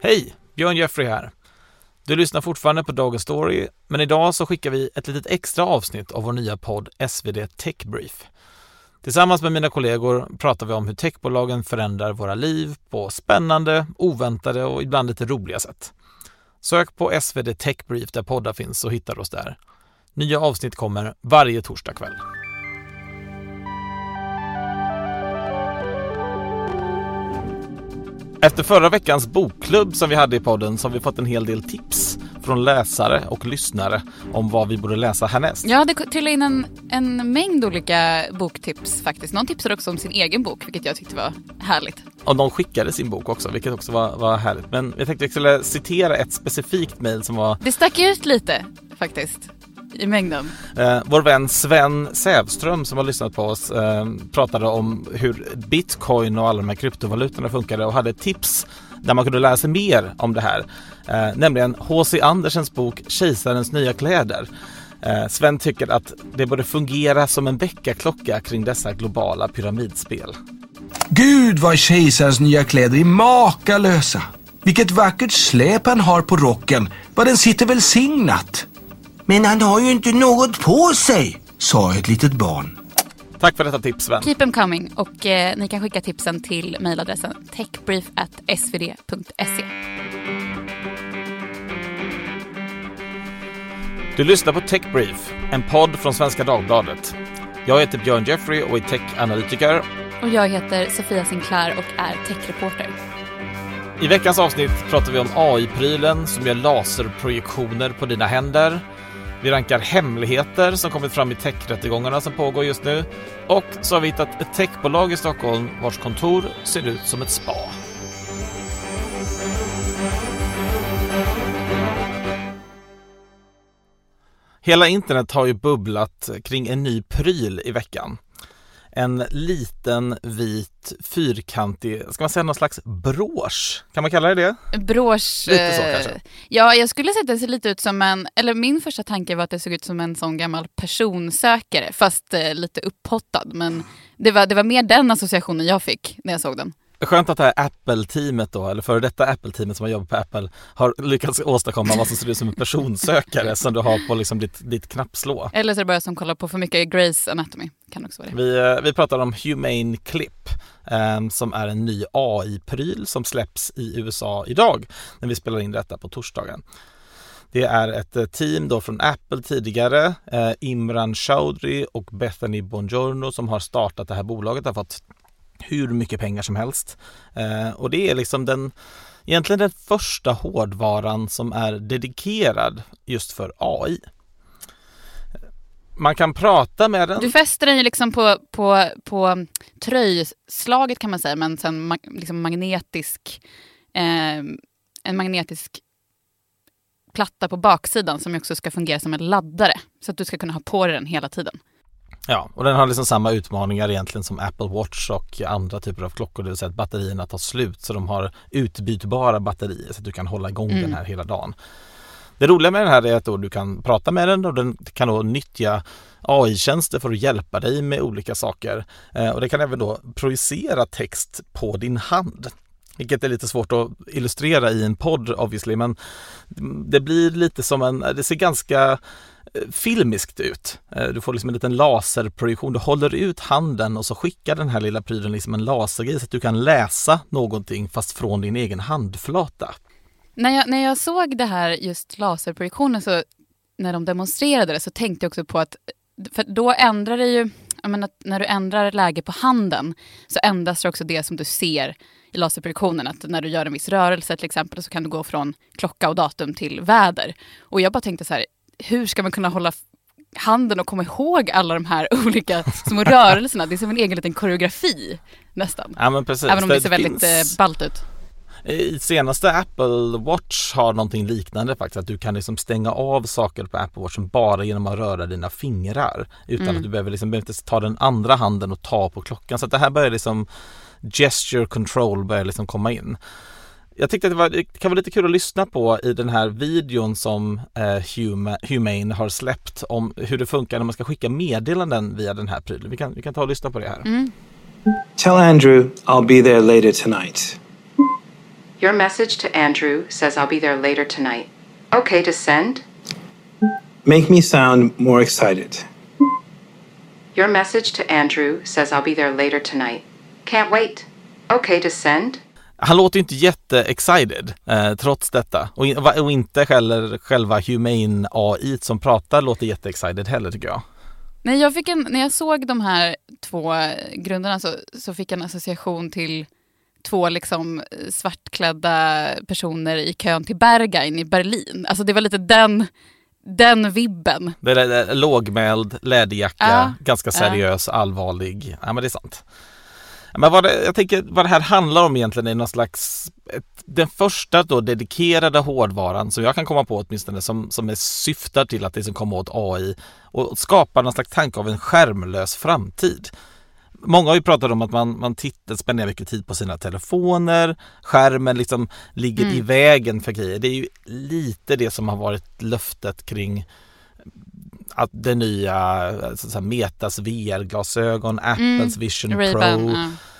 Hej, Björn Jeffrey här. Du lyssnar fortfarande på Dog & Story, men idag så skickar vi ett litet extra avsnitt av vår nya podd SvD Tech Brief. Tillsammans med mina kollegor pratar vi om hur techbolagen förändrar våra liv på spännande, oväntade och ibland lite roliga sätt. Sök på SvD Tech Brief där poddar finns så hittar du oss där. Nya avsnitt kommer varje torsdag kväll. Efter förra veckans bokklubb som vi hade i podden så har vi fått en hel del tips från läsare och lyssnare om vad vi borde läsa härnäst. Ja, det trillade in en mängd olika boktips faktiskt. Någon tipsade också om sin egen bok, vilket jag tyckte var härligt. Och någon skickade sin bok också, vilket också var härligt. Men jag tänkte att jag skulle citera ett specifikt mejl som var... Det stack ut lite faktiskt i mängden. Vår vän Sven Sävström som har lyssnat på oss pratade om hur Bitcoin och alla de här kryptovalutorna funkade och hade ett tips där man kunde lära sig mer om det här. Nämligen H.C. Andersens bok Kejsarens nya kläder. Sven tycker att det borde fungera som en väckarklocka kring dessa globala pyramidspel. Gud vad Kejsarens nya kläder är makalösa. Vilket vackert släp han har på rocken. Vad den sitter välsignat. Men han har ju inte något på sig, sa ett litet barn. Tack för detta tips, Sven. Keep them coming och ni kan skicka tipsen till mejladressen techbrief@svd.se. Du lyssnar på Tech Brief, en podd från Svenska Dagbladet. Jag heter Björn Jeffrey och är tech-analytiker. Och jag heter Sofia Sinclair och är techreporter. I veckans avsnitt pratar vi om AI-prylen som gör laserprojektioner på dina händer. Vi rankar hemligheter som kommit fram i techrättegångarna som pågår just nu. Och så har vi hittat ett techbolag i Stockholm vars kontor ser ut som ett spa. Hela internet har ju bubblat kring en ny pryl i veckan. En liten vit fyrkantig, ska man säga någon slags brosch? Kan man kalla det? Brosch. Lite så kanske. Ja, jag skulle säga att det ser lite ut som min första tanke var att det såg ut som en sån gammal personsökare, fast lite upphottad. Men det var mer den associationen jag fick när jag såg den. Skönt att det här Apple-teamet då, eller före detta Apple-teamet som har jobbat på Apple har lyckats åstadkomma vad som ser ut som en personsökare som du har på liksom ditt knappslå. Eller så är det bara som kollar på för mycket Grey's Anatomy. Kan också vara det. Vi pratar om Humane Clip som är en ny AI-pryl som släpps i USA idag när vi spelar in detta på torsdagen. Det är ett team då från Apple tidigare, Imran Chaudhry och Bethany Bongiorno som har startat det här bolaget, har fått hur mycket pengar som helst. Och det är liksom egentligen den första hårdvaran som är dedikerad just för AI. Man kan prata med den. Du fäster den ju liksom på tröjslaget kan man säga, men sen liksom en magnetisk platta på baksidan som också ska fungera som en laddare så att du ska kunna ha på den hela tiden. Ja, och den har liksom samma utmaningar egentligen som Apple Watch och andra typer av klockor, det vill säga att batterierna tar slut så de har utbytbara batterier så att du kan hålla igång den här hela dagen. Det roliga med den här är att då du kan prata med den och den kan då nyttja AI-tjänster för att hjälpa dig med olika saker. Och det kan även då projicera text på din hand. Vilket är lite svårt att illustrera i en podd obviously, men det blir lite som det ser ganska filmiskt ut. Du får liksom en liten laserprojektion. Du håller ut handen och så skickar den här lilla prylen liksom en lasergrej så att du kan läsa någonting fast från din egen handflata. När jag såg det här just laserprojektionen så när de demonstrerade det så tänkte jag också på att för då ändrar det ju, jag menar, när du ändrar läge på handen så ändras det också det som du ser i laserprojektionen, att när du gör en viss rörelse till exempel så kan du gå från klocka och datum till väder. Och jag bara tänkte så här, hur ska man kunna hålla handen och komma ihåg alla de här olika små rörelserna? Det är som en egen liten koreografi nästan. Ja, men precis. Även om det ser väldigt ballt ut. I senaste Apple Watch har någonting liknande faktiskt, att du kan liksom stänga av saker på Apple Watchen bara genom att röra dina fingrar utan att du behöver inte ta den andra handen och ta på klockan. Så att det här börjar liksom gesture control börjar liksom komma in. Jag tyckte att det kan vara lite kul att lyssna på i den här videon som Humane har släppt om hur det funkar när man ska skicka meddelanden via den här prylen. Vi kan ta och lyssna på det här. Tell Andrew I'll be there later tonight. Your message to Andrew says I'll be there later tonight. Okay to send? Make me sound more excited. Your message to Andrew says I'll be there later tonight. Can't wait. Okay to send? Han låter inte jätte-excited trots detta. Och inte heller själva Humane AI som pratar låter jätte-excited heller, tycker jag. Nej, när jag såg de här två grunderna så fick jag en association till två liksom svartklädda personer i kön till Berghain i Berlin. Alltså det var lite den vibben. Det är lågmäld, läderjacka, ganska seriös, allvarlig. Ja, men det är sant. Men jag tänker vad det här handlar om egentligen är någon slags den första då dedikerade hårdvaran som jag kan komma på åtminstone som syftar till att det som kommer åt AI och skapar någon slags tanke av en skärmlös framtid. Många har ju pratat om att man spenderar mycket tid på sina telefoner, skärmen liksom ligger i vägen för grejer. Det är ju lite det som har varit löftet kring att det nya Metas VR-glasögon, Apples Vision Pro,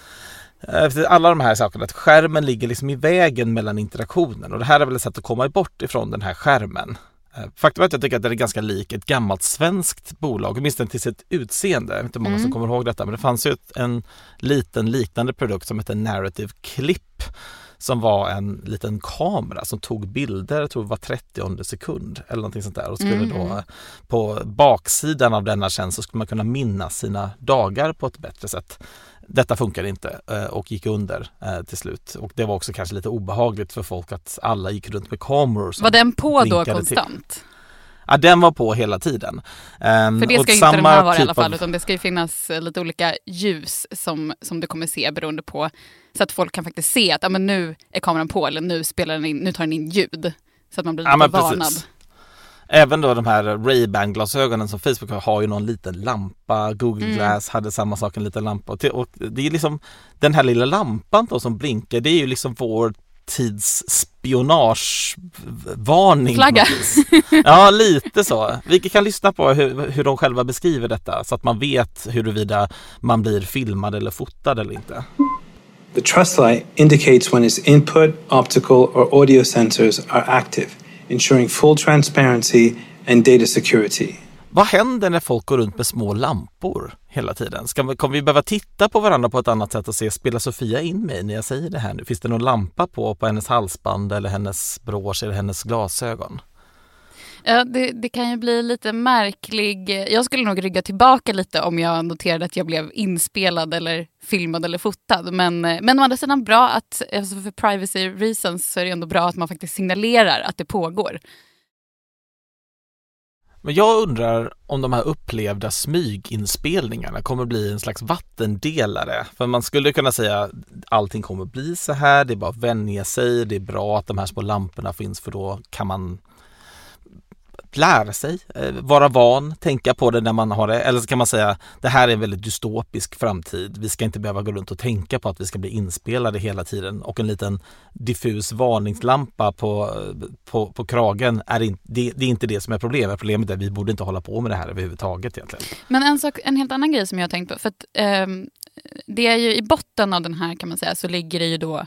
alla de här sakerna, att skärmen ligger liksom i vägen mellan interaktionen och det här är väl ett sätt att komma bort ifrån den här skärmen. Faktum är att jag tycker att det är ganska lik ett gammalt svenskt bolag, åtminstone till sitt utseende. Jag vet inte många som kommer ihåg detta, men det fanns ju en liten liknande produkt som heter Narrative Clip som var en liten kamera som tog bilder, jag tror det var 30 sekund eller någonting sånt där och skulle då på baksidan av denna tjänst så skulle man kunna minnas sina dagar på ett bättre sätt. Detta funkar inte och gick under till slut. Och det var också kanske lite obehagligt för folk att alla gick runt med kameror. Var den på då konstant? Till. Ja, den var på hela tiden. För det ska ju inte den här vara i alla fall, utan det ska ju finnas lite olika ljus som du kommer se beroende på, så att folk kan faktiskt se att men nu är kameran på eller nu spelar den in, nu tar den in ljud. Så att man blir lite varnad. Precis. Även då de här Ray-Ban-glasögonen som Facebook har ju någon liten lampa. Google Glass hade samma sak, en liten lampa. Och det är liksom den här lilla lampan då som blinkar, det är ju liksom vår tids spionagevarning. Flagga. Ja, lite så. Vi kan lyssna på hur de själva beskriver detta så att man vet huruvida man blir filmad eller fotad eller inte. The trust light indicates when its input, optical or audio sensors are active, ensuring full transparency and data security. Vad händer när folk går runt med små lampor hela tiden? Kommer vi behöva titta på varandra på ett annat sätt och se, spelar Sofia in mig när jag säger det här nu? Finns det någon lampa på hennes halsband eller hennes brosch eller hennes glasögon? Ja, det kan ju bli lite märklig. Jag skulle nog rygga tillbaka lite om jag noterade att jag blev inspelad eller filmad eller fotad. Men å andra sidan bra att, alltså för privacy reasons så är det ändå bra att man faktiskt signalerar att det pågår. Men jag undrar om de här upplevda smyginspelningarna kommer bli en slags vattendelare. För man skulle kunna säga att allting kommer bli så här, det är bara att vänja sig, det är bra att de här små lamporna finns för då kan man lära sig, vara van, tänka på det när man har det. Eller så kan man säga det här är en väldigt dystopisk framtid. Vi ska inte behöva gå runt och tänka på att vi ska bli inspelade hela tiden. Och en liten diffus varningslampa på kragen det är inte det som är problemet. Problemet är att vi borde inte hålla på med det här överhuvudtaget egentligen. Men en helt annan grej som jag har tänkt på, för att det är ju i botten av den här kan man säga så ligger det ju då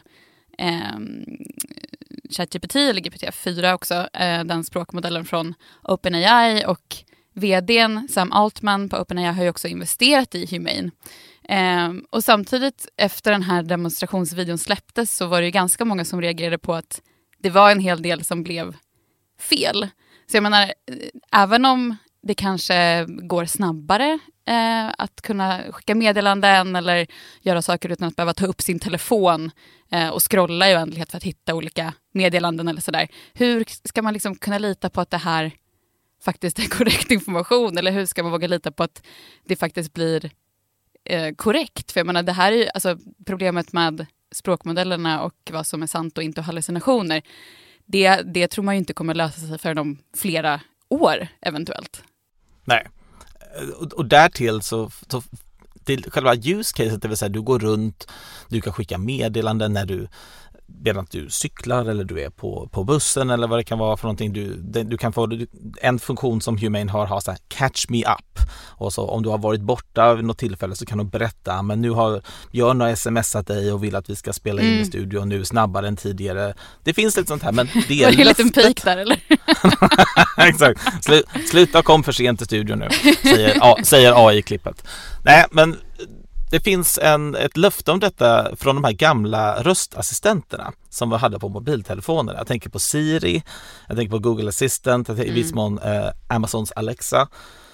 ChatGPT eller GPT-4 också, den språkmodellen från OpenAI, och vdn Sam Altman på OpenAI har ju också investerat i Humane. Och samtidigt efter den här demonstrationsvideon släpptes så var det ju ganska många som reagerade på att det var en hel del som blev fel. Så jag menar, även om det kanske går snabbare att kunna skicka meddelanden eller göra saker utan att behöva ta upp sin telefon och scrolla i oändlighet för att hitta olika meddelanden eller sådär. Hur ska man liksom kunna lita på att det här faktiskt är korrekt information, eller hur ska man våga lita på att det faktiskt blir korrekt? För jag menar, det här är ju alltså problemet med språkmodellerna och vad som är sant och inte hallucinationer. Det tror man ju inte kommer lösa sig förrän om flera år eventuellt. Nej. Och därtill så det själva use caset, det vill säga du går runt, du kan skicka meddelanden när du medan du cyklar eller du är på bussen eller vad det kan vara för någonting. Du kan få en funktion som Humane har så här, catch me up. Och så om du har varit borta vid något tillfälle så kan du berätta, men nu har Björn smsat dig och vill att vi ska spela in i studion nu snabbare än tidigare. Det finns lite sånt här, men det är en liten pik där eller? Exakt. Sluta kom för sent i studion nu, säger AI-klippet. Nej, men det finns ett löfte om detta från de här gamla röstassistenterna som vi hade på mobiltelefoner. Jag tänker på Siri, jag tänker på Google Assistant, i viss mån Amazons Alexa.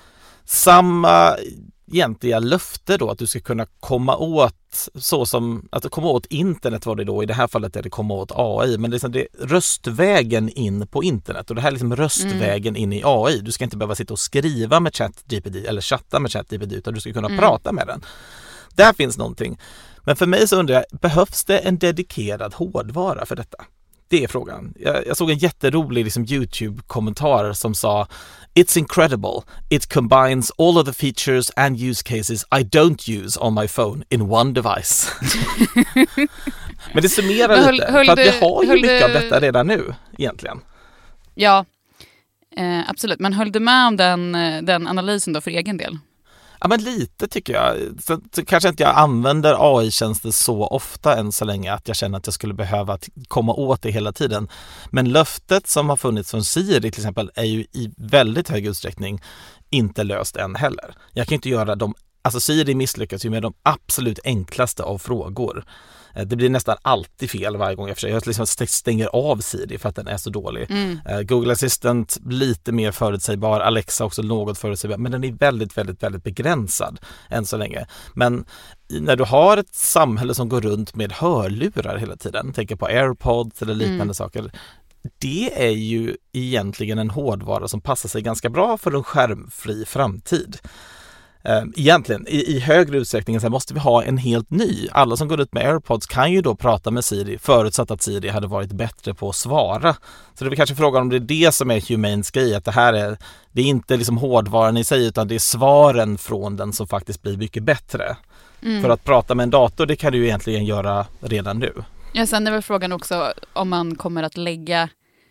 Samma egentliga löfte då att du ska kunna komma åt komma åt internet var det då. I det här fallet är det komma åt AI, men det är röstvägen in på internet och det här är liksom röstvägen in i AI. Du ska inte behöva sitta och skriva med ChatGPT eller chatta med ChatGPT utan du ska kunna prata med den. Där finns någonting. Men för mig så undrar jag, behövs det en dedikerad hårdvara för detta? Det är frågan. Jag såg en jätterolig YouTube-kommentar som sa "It's incredible. It combines all of the features and use cases I don't use on my phone in one device." Men det summerar lite. För att vi har ju mycket av detta redan nu egentligen. Ja, absolut. Men höll du med om den analysen då för egen del? Ja, men lite tycker jag. Så kanske inte jag använder AI-tjänster så ofta än så länge att jag känner att jag skulle behöva komma åt det hela tiden. Men löftet som har funnits från Siri till exempel är ju i väldigt hög utsträckning inte löst än heller. Jag kan inte göra Siri misslyckas ju med de absolut enklaste av frågor. Det blir nästan alltid fel varje gång jag försöker. Jag stänger av Siri för att den är så dålig. Google Assistant lite mer förutsägbar. Alexa också något förutsägbar. Men den är väldigt, väldigt, väldigt begränsad än så länge. Men när du har ett samhälle som går runt med hörlurar hela tiden, tänker på AirPods eller liknande saker. Det är ju egentligen en hårdvara som passar sig ganska bra för en skärmfri framtid. Egentligen, i högre utsträckning så måste vi ha en helt ny. Alla som går ut med AirPods kan ju då prata med Siri förutsatt att Siri hade varit bättre på att svara. Så det är kanske frågan om det är det som är Humanes grej, att det är inte hårdvaran i sig utan det är svaren från den som faktiskt blir mycket bättre. För att prata med en dator, det kan du ju egentligen göra redan nu. Ja, sen är väl frågan också om man kommer att lägga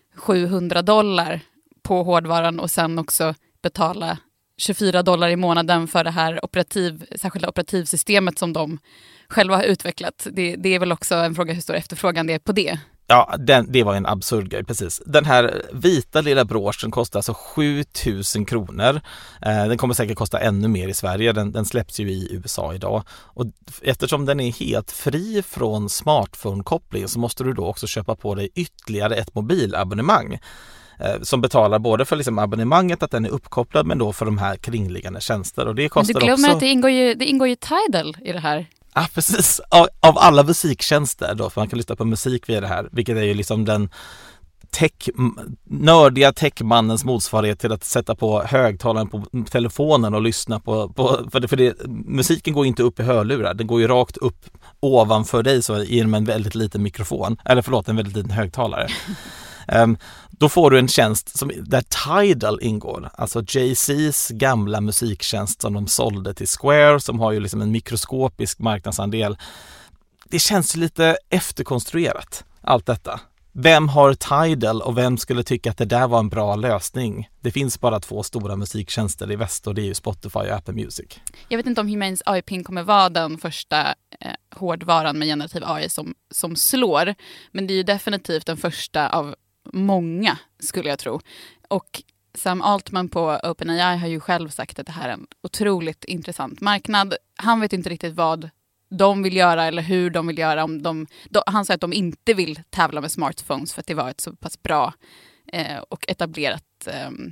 $700 på hårdvaran och sen också betala $24 i månaden för det här särskilda operativsystemet som de själva har utvecklat. Det är väl också en fråga hur stor efterfrågan det är på det. Ja, det var en absurd grej, precis. Den här vita lilla broschen kostar alltså 7 000 kronor. Den kommer säkert kosta ännu mer i Sverige. Den släpps ju i USA idag. Och eftersom den är helt fri från smartphone-koppling så måste du då också köpa på dig ytterligare ett mobilabonnemang. Som betalar både för abonnemanget att den är uppkopplad men då för de här kringliggande tjänster. Och det kostar men du glömmer också att det ingår ju Tidal i det här. Ja, precis. Av alla musiktjänster då, för man kan lyssna på musik via det här, vilket är ju den nördiga techmannens motsvarighet till att sätta på högtalaren på telefonen och lyssna på musiken går inte upp i hörlurar, den går ju rakt upp ovanför dig så genom en väldigt liten mikrofon, en väldigt liten högtalare. Då får du en tjänst där Tidal ingår, alltså Jay-Z's gamla musiktjänst som de sålde till Square, som har ju en mikroskopisk marknadsandel. Det känns lite efterkonstruerat, allt detta. Vem har Tidal och vem skulle tycka att det där var en bra lösning? Det finns bara 2 stora musiktjänster i väst och det är ju Spotify och Apple Music. Jag vet inte om Humanes AI-pin kommer vara den första hårdvaran med generativ AI som slår, men det är ju definitivt den första av många, skulle jag tro. Och Sam Altman på OpenAI har ju själv sagt att det här är en otroligt intressant marknad. Han vet inte riktigt vad de vill göra eller hur de vill göra. Han sa att de inte vill tävla med smartphones för att det var ett så pass bra och etablerat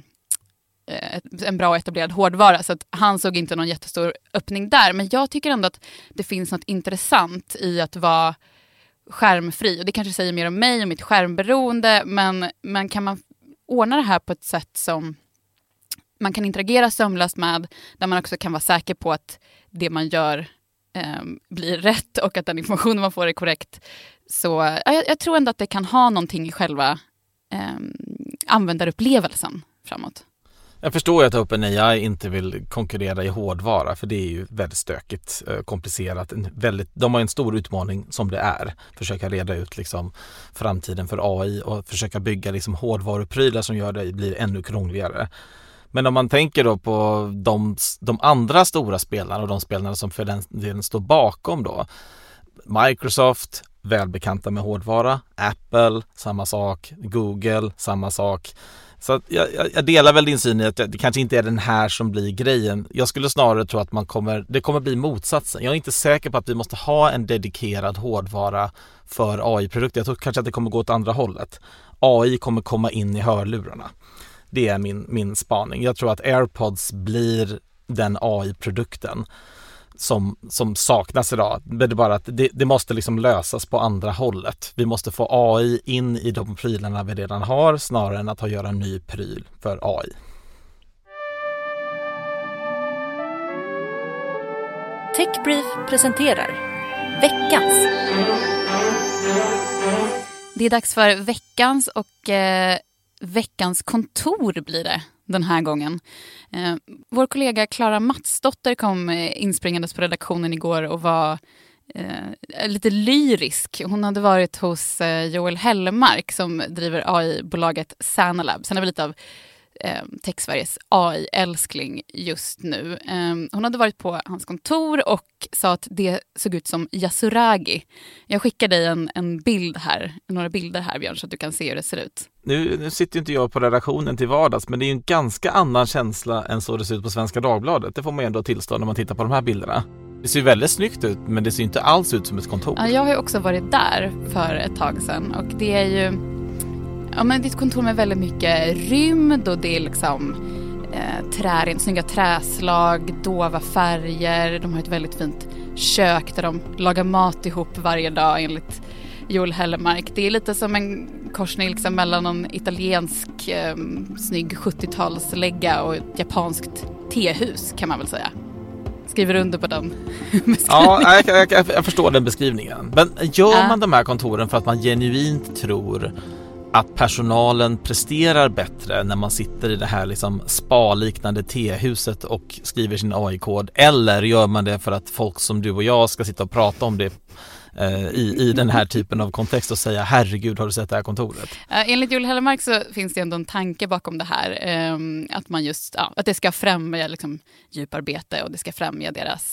en bra etablerad hårdvara. Så att han såg inte någon jättestor öppning där. Men jag tycker ändå att det finns något intressant i att vara skärmfri. Och det kanske säger mer om mig och mitt skärmberoende. Men kan man ordna det här på ett sätt som man kan interagera sömlöst med, där man också kan vara säker på att det man gör blir rätt och att den information man får är korrekt. Så jag tror ändå att det kan ha någonting i själva användarupplevelsen framåt. Jag förstår ju att OpenAI inte vill konkurrera i hårdvara, för det är ju väldigt stökigt, komplicerat. De har en stor utmaning som det är. Försöka reda ut liksom framtiden för AI och försöka bygga liksom hårdvaruprylar som gör det blir ännu krångligare. Men om man tänker då på de andra stora spelarna och de spelarna som för den delen står bakom då. Microsoft, välbekanta med hårdvara. Apple, samma sak. Google, samma sak. Så att jag delar väl din syn i att det kanske inte är den här som blir grejen. Jag skulle snarare tro att det kommer bli motsatsen. Jag är inte säker på att vi måste ha en dedikerad hårdvara för AI-produkter. Jag tror kanske att det kommer gå åt andra hållet. AI kommer komma in i hörlurarna. Det är min spaning. Jag tror att AirPods blir den AI-produkten som saknas idag. Det är bara att det måste liksom lösas på andra hållet. Vi måste få AI in i de prylarna vi redan har snarare än att göra en ny pryl för AI. Techbrief presenterar veckans. Det är dags för veckans och veckans kontor blir det den här gången. Vår kollega Clara Matsdotter kom inspringandes på redaktionen igår och var lite lyrisk. Hon hade varit hos Joel Hellemark som driver AI-bolaget Sanalab. Sen är det lite av TechSveriges AI-älskling just nu. Hon hade varit på hans kontor och sa att det såg ut som Yasuragi. Jag skickar dig en bild här, några bilder här Björn, så att du kan se hur det ser ut. Nu sitter inte jag på redaktionen till vardags, men det är ju en ganska annan känsla än så det ser ut på Svenska Dagbladet. Det får man ju ändå tillstå när man tittar på de här bilderna. Det ser ju väldigt snyggt ut, men det ser inte alls ut som ett kontor. Ja, jag har ju också varit där för ett tag sedan och det är ju men det är ett kontor med väldigt mycket rymd och det är liksom snygga träslag, dova färger. De har ett väldigt fint kök där de lagar mat ihop varje dag enligt Joel Hellemark. Det är lite som en korsning liksom mellan en italiensk snygg 70-talslägga och ett japanskt tehus kan man väl säga. Skriver under på den beskrivningen. Ja, jag förstår den beskrivningen. Men gör man de här kontoren för att man genuint tror att personalen presterar bättre när man sitter i det här liksom spa-liknande tehuset och skriver sin AI-kod, eller gör man det för att folk som du och jag ska sitta och prata om det i den här typen av kontext och säga herregud, har du sett det här kontoret? Enligt Joel Hellemark så finns det ändå en tanke bakom det här, att man just att det ska främja liksom djuparbete och det ska främja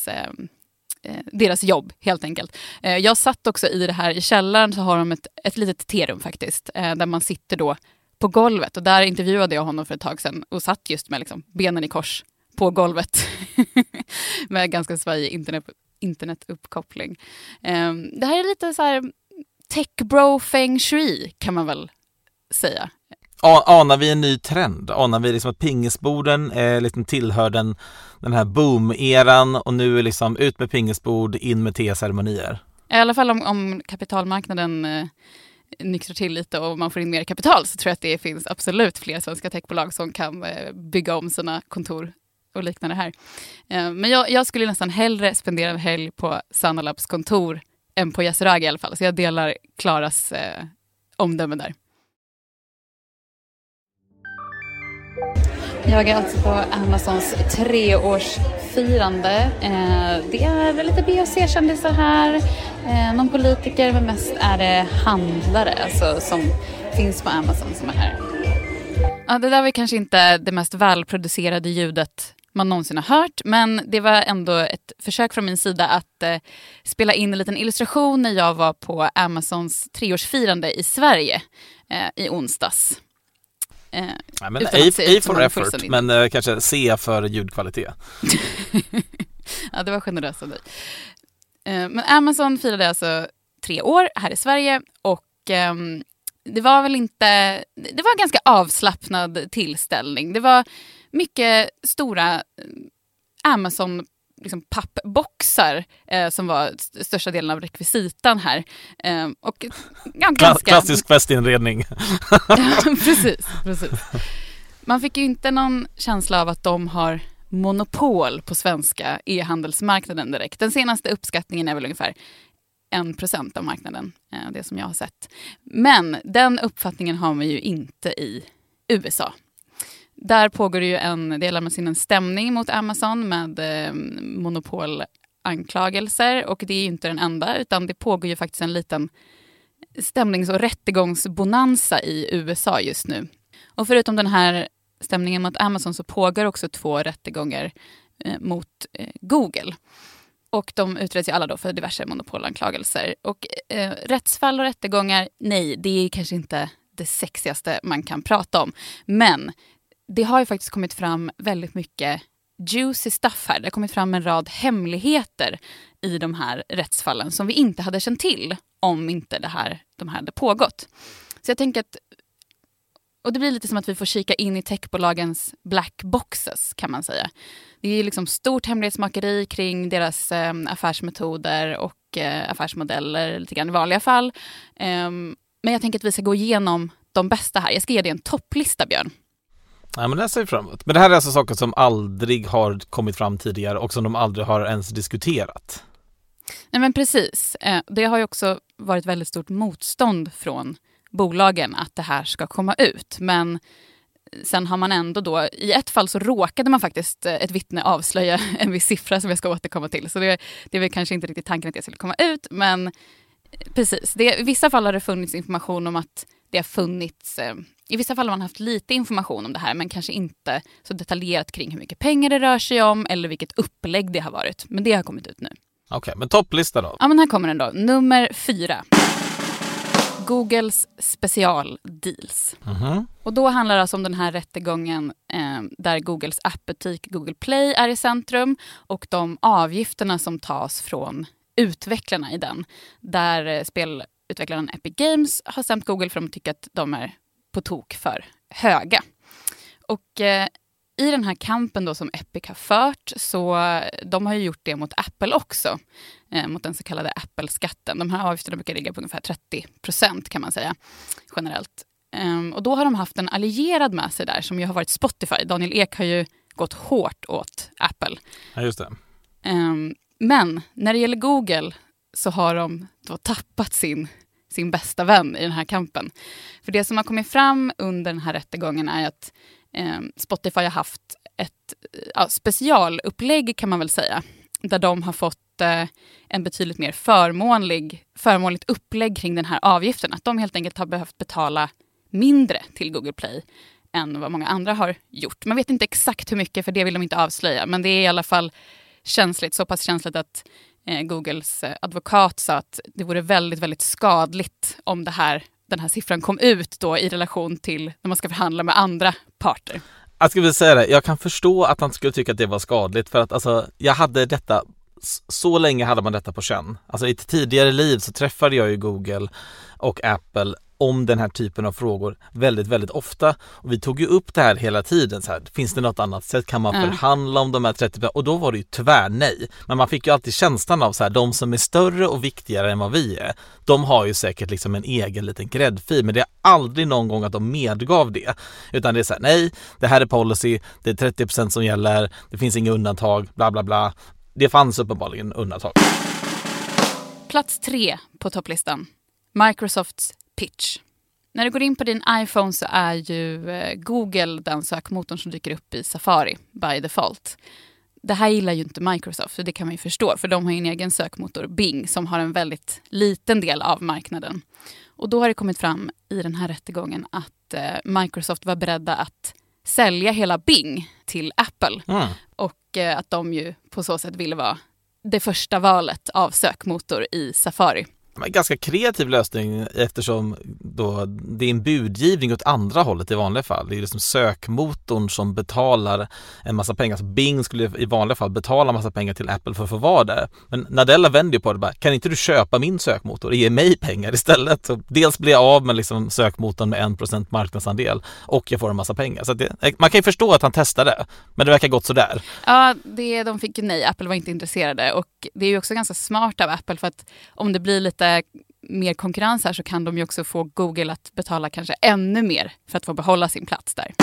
deras jobb helt enkelt. Jag satt också i det här i källaren, så har de ett litet terum faktiskt där man sitter då på golvet, och där intervjuade jag honom för ett tag sedan och satt just med liksom benen i kors på golvet med ganska svajig internetuppkoppling. Det här är lite så här tech bro feng shui kan man väl säga. Anar vi en ny trend? Anar vi liksom att pingisborden liksom tillhör den här boom-eran och nu är liksom ut med pingisbord, in med te-ceremonier? I alla fall om kapitalmarknaden nyktrar till lite och man får in mer kapital, så tror jag att det finns absolut fler svenska techbolag som kan bygga om sina kontor och liknande här. Men jag skulle nästan hellre spendera en helg på Sanalabs kontor än på Yasuragi i alla fall. Så jag delar Klaras omdöme där. Jag är alltså på Amazons 3-årsfirande. Det är väl lite B&C-kändisar här. Någon politiker, men mest är det handlare alltså, som finns på Amazon som är här. Ja, det där var kanske inte det mest välproducerade ljudet man någonsin har hört, men det var ändå ett försök från min sida att spela in en liten illustration när jag var på Amazons 3-årsfirande i Sverige i onsdags. Ja, men A for effort, men kanske C för ljudkvalitet. Ja, det var generöst av dig. Men Amazon firade alltså 3 år här i Sverige och det var väl inte... Det var en ganska avslappnad tillställning. Det var mycket stora Amazon liksom pappboxar som var största delen av rekvisitan här. Och ganska... Klassisk festinredning. Precis. Man fick ju inte någon känsla av att de har monopol på svenska e-handelsmarknaden direkt. Den senaste uppskattningen är väl ungefär 1% av marknaden, det som jag har sett. Men den uppfattningen har man ju inte i USA. Där pågår det ju det lämnas in en stämning mot Amazon med monopolanklagelser, och det är ju inte den enda, utan det pågår ju faktiskt en liten stämnings- och rättegångsbonanza i USA just nu. Och förutom den här stämningen mot Amazon så pågår också 2 rättegångar mot Google. Och de utreds ju alla då för diverse monopolanklagelser. Och rättsfall och rättegångar, nej, det är kanske inte det sexigaste man kan prata om. Men det har ju faktiskt kommit fram väldigt mycket juicy stuff här. Det har kommit fram en rad hemligheter i de här rättsfallen som vi inte hade känt till om inte de här hade pågått. Så jag tänker att, och det blir lite som att vi får kika in i techbolagens black boxes, kan man säga. Det är liksom stort hemlighetsmakeri kring deras affärsmetoder och affärsmodeller lite grann i vanliga fall. Men jag tänker att vi ska gå igenom de bästa här. Jag ska ge dig en topplista, Björn. Ja, men det ser vi fram emot. Men det här är alltså saker som aldrig har kommit fram tidigare och som de aldrig har ens diskuterat. Nej, men precis. Det har ju också varit väldigt stort motstånd från bolagen att det här ska komma ut. Men sen har man ändå då, i ett fall så råkade man faktiskt ett vittne avslöja en viss siffra som jag ska återkomma till. Så det är väl kanske inte riktigt tanken att det skulle komma ut, men precis. I vissa fall har det funnits information om att det har funnits, i vissa fall har man haft lite information om det här, men kanske inte så detaljerat kring hur mycket pengar det rör sig om eller vilket upplägg det har varit. Men det har kommit ut nu. Okej, men topplista då? Ja, men här kommer den då. Nummer 4. Googles specialdeals. Och då handlar det alltså om den här rättegången där Googles appbutik Google Play är i centrum och de avgifterna som tas från utvecklarna i den. Där spelutvecklaren Epic Games har stämt Google för att de tycker att de är på tok för höga. Och i den här kampen då som Epic har fört, så de har ju gjort det mot Apple också. Mot den så kallade Apple-skatten. De här avgifterna brukar ligga på ungefär 30% kan man säga generellt. Och då har de haft en allierad med sig där som ju har varit Spotify. Daniel Ek har ju gått hårt åt Apple. Ja, just det. Men när det gäller Google så har de då tappat sin bästa vän i den här kampen. För det som har kommit fram under den här rättegången är att Spotify har haft ett specialupplägg kan man väl säga. Där de har fått en betydligt mer förmånligt upplägg kring den här avgiften. Att de helt enkelt har behövt betala mindre till Google Play än vad många andra har gjort. Man vet inte exakt hur mycket, för det vill de inte avslöja. Men det är i alla fall känsligt, så pass känsligt att Googles advokat sa att det vore väldigt, väldigt skadligt om den här siffran kom ut då i relation till när man ska förhandla med andra parter. Jag skulle vilja säga det, jag kan förstå att han skulle tycka att det var skadligt, för att alltså, jag hade detta, så länge hade man detta på känn. Alltså i ett tidigare liv så träffade jag ju Google och Apple om den här typen av frågor väldigt, väldigt ofta. Och vi tog ju upp det här hela tiden. Så här, finns det något annat sätt? Kan man förhandla om de här 30%? Och då var det ju tyvärr nej. Men man fick ju alltid känslan av så här, de som är större och viktigare än vad vi är, de har ju säkert liksom en egen liten gräddfil. Men det är aldrig någon gång att de medgav det. Utan det är så här, nej, det här är policy, det är 30% som gäller, det finns inga undantag, bla bla bla. Det fanns uppenbarligen undantag. Plats 3 på topplistan. Microsofts pitch. När du går in på din iPhone så är ju Google den sökmotorn som dyker upp i Safari by default. Det här gillar ju inte Microsoft, så det kan man ju förstå, för de har ju en egen sökmotor, Bing, som har en väldigt liten del av marknaden. Och då har det kommit fram i den här rättegången att Microsoft var beredda att sälja hela Bing till Apple. Och att de ju på så sätt ville vara det första valet av sökmotor i Safari. En ganska kreativ lösning, eftersom då det är en budgivning åt andra hållet i vanliga fall. Det är liksom sökmotorn som betalar en massa pengar. Så Bing skulle i vanliga fall betala en massa pengar till Apple för att få vara där. Men Nadella vänder på det bara, kan inte du köpa min sökmotor och ge mig pengar istället? Så dels blir jag av med liksom sökmotorn med 1% marknadsandel och jag får en massa pengar. Så man kan ju förstå att han testade, men det verkar gott sådär. Ja, de fick ju nej. Apple var inte intresserade, och det är ju också ganska smart av Apple, för att om det blir lite mer konkurrens här så kan de ju också få Google att betala kanske ännu mer för att få behålla sin plats där.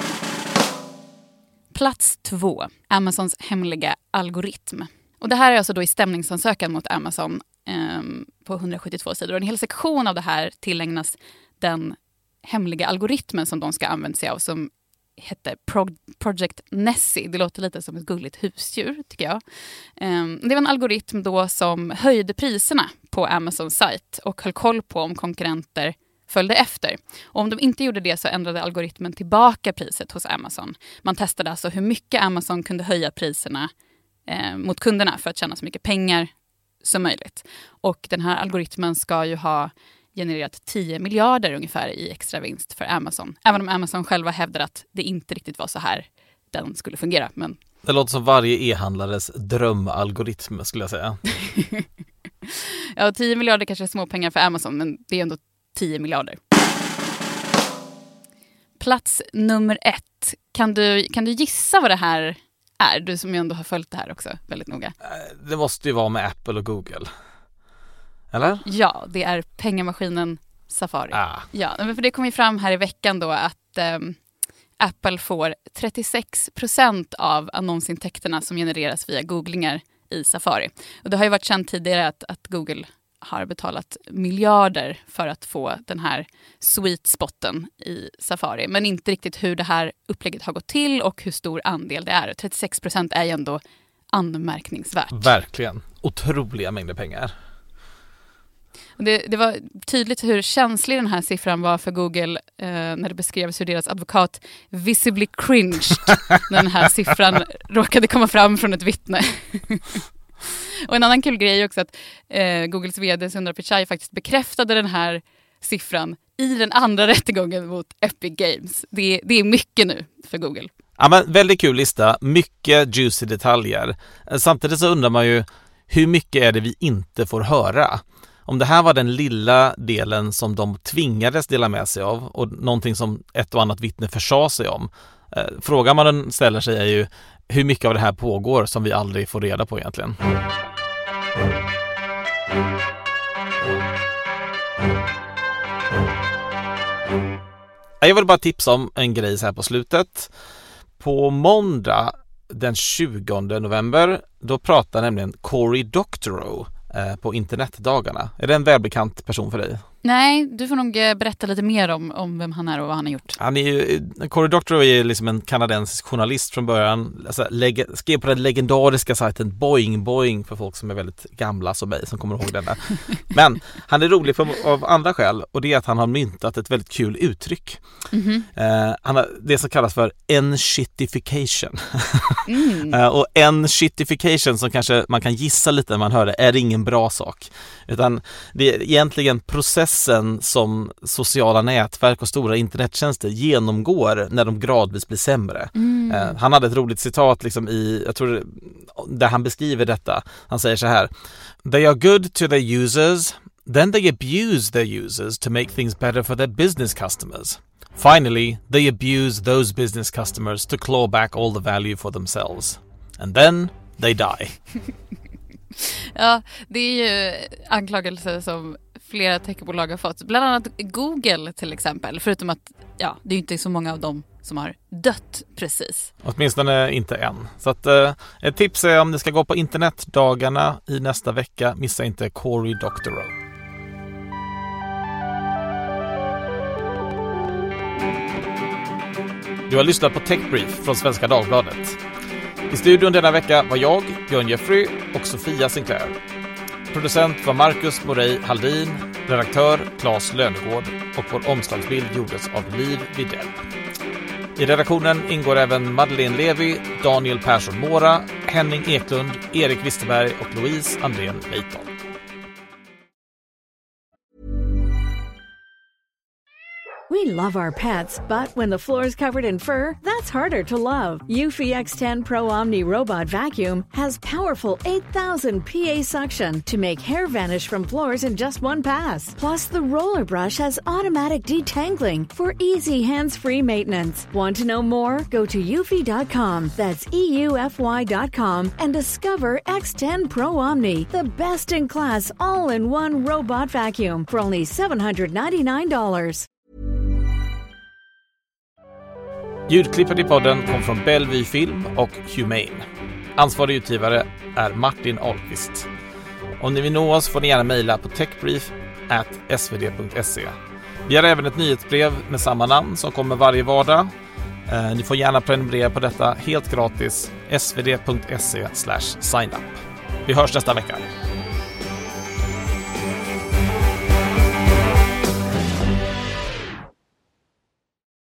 Plats 2. Amazons hemliga algoritm. Och det här är alltså då i stämningsansökan mot Amazon på 172 sidor. Och en hel sektion av det här tillägnas den hemliga algoritmen som de ska använda sig av, som hette Project Nessie. Det låter lite som ett gulligt husdjur tycker jag. Det var en algoritm då som höjde priserna på Amazons sajt och höll koll på om konkurrenter följde efter. Och om de inte gjorde det så ändrade algoritmen tillbaka priset hos Amazon. Man testade alltså hur mycket Amazon kunde höja priserna mot kunderna för att tjäna så mycket pengar som möjligt. Och den här algoritmen ska ju ha genererat 10 miljarder ungefär i extra vinst för Amazon. Även om Amazon själva hävdar att det inte riktigt var så här den skulle fungera. Men... Det låter som varje e-handlares drömalgoritm skulle jag säga. Ja, 10 miljarder kanske är små pengar för Amazon, men det är ändå 10 miljarder. Plats nummer 1. Kan du gissa vad det här är? Du som ju ändå har följt det här också väldigt noga. Det måste ju vara med Apple och Google. Eller? Ja, det är pengamaskinen Safari. Ja, men för det kom ju fram här i veckan då att Apple får 36% av annonsintäkterna som genereras via googlingar i Safari. Och det har ju varit känt tidigare att Google har betalat miljarder för att få den här sweet spotten i Safari. Men inte riktigt hur det här upplägget har gått till och hur stor andel det är. 36% är ju ändå anmärkningsvärt. Verkligen. Otroliga mängder pengar. Det var tydligt hur känslig den här siffran var för Google när det beskrevs hur deras advokat visibly cringed när den här siffran råkade komma fram från ett vittne. Och en annan kul grej är också att Googles vd Sundar Pichai faktiskt bekräftade den här siffran i den andra rättegången mot Epic Games. Det är mycket nu för Google. Ja, men väldigt kul lista. Mycket juicy detaljer. Samtidigt så undrar man ju hur mycket är det vi inte får höra? Om det här var den lilla delen som de tvingades dela med sig av och någonting som ett och annat vittne försade sig om. Frågan man ställer sig är ju hur mycket av det här pågår som vi aldrig får reda på egentligen. Jag vill bara tipsa om en grej så här på slutet. På måndag den 20 november då pratar nämligen Cory Doctorow på internetdagarna. Är det en välbekant person för dig? Nej, du får nog berätta lite mer om vem han är och vad han har gjort. Cory Doctorow är liksom en kanadensisk journalist från början. Alltså, skrev på den legendariska sajten Boing Boing för folk som är väldigt gamla som mig som kommer ihåg den där. Men han är rolig av andra skäl och det är att han har myntat ett väldigt kul uttryck. Han har det som kallas för en-shittification. Och en-shittification som kanske man kan gissa lite när man hör det är ingen bra sak. Utan det är egentligen processen som sociala nätverk och stora internettjänster genomgår när de gradvis blir sämre. Han hade ett roligt citat liksom jag tror där han beskriver detta. Han säger så här: "They are good to their users, then they abuse their users to make things better for their business customers. Finally, they abuse those business customers to claw back all the value for themselves. And then they die." Ja, det är ju anklagelser som flera techbolag har fått. Bland annat Google till exempel. Förutom att det är ju inte så många av dem som har dött precis. Åtminstone inte än. Så att, ett tips är om ni ska gå på internetdagarna i nästa vecka, missa inte Cory Doctorow. Du har lyssnat på Tech Brief från Svenska Dagbladet. I studion denna vecka var jag, Björn Jeffrey och Sofia Sinclair. Producent var Marcus Morey Haldin, redaktör Claes Lönegård och vår omslagsbild gjordes av Liv Widell. I redaktionen ingår även Madeleine Levi, Daniel Persson Mora, Henning Eklund, Erik Wisterberg och Louise Andrén Leiton. We love our pets, but when the floor is covered in fur, that's harder to love. Eufy X10 Pro Omni Robot Vacuum has powerful 8,000 PA suction to make hair vanish from floors in just one pass. Plus, the roller brush has automatic detangling for easy hands-free maintenance. Want to know more? Go to eufy.com, that's EUFY.com, and discover X10 Pro Omni, the best-in-class all-in-one robot vacuum for only $799. Ljudklippet i podden kom från Bellevue Film och Humane. Ansvarig utgivare är Martin Ahlqvist. Om ni vill nå oss får ni gärna mejla på techbrief@svd.se. Vi har även ett nyhetsbrev med samma namn som kommer varje vardag. Ni får gärna prenumerera på detta helt gratis. svd.se/signup. Vi hörs nästa vecka.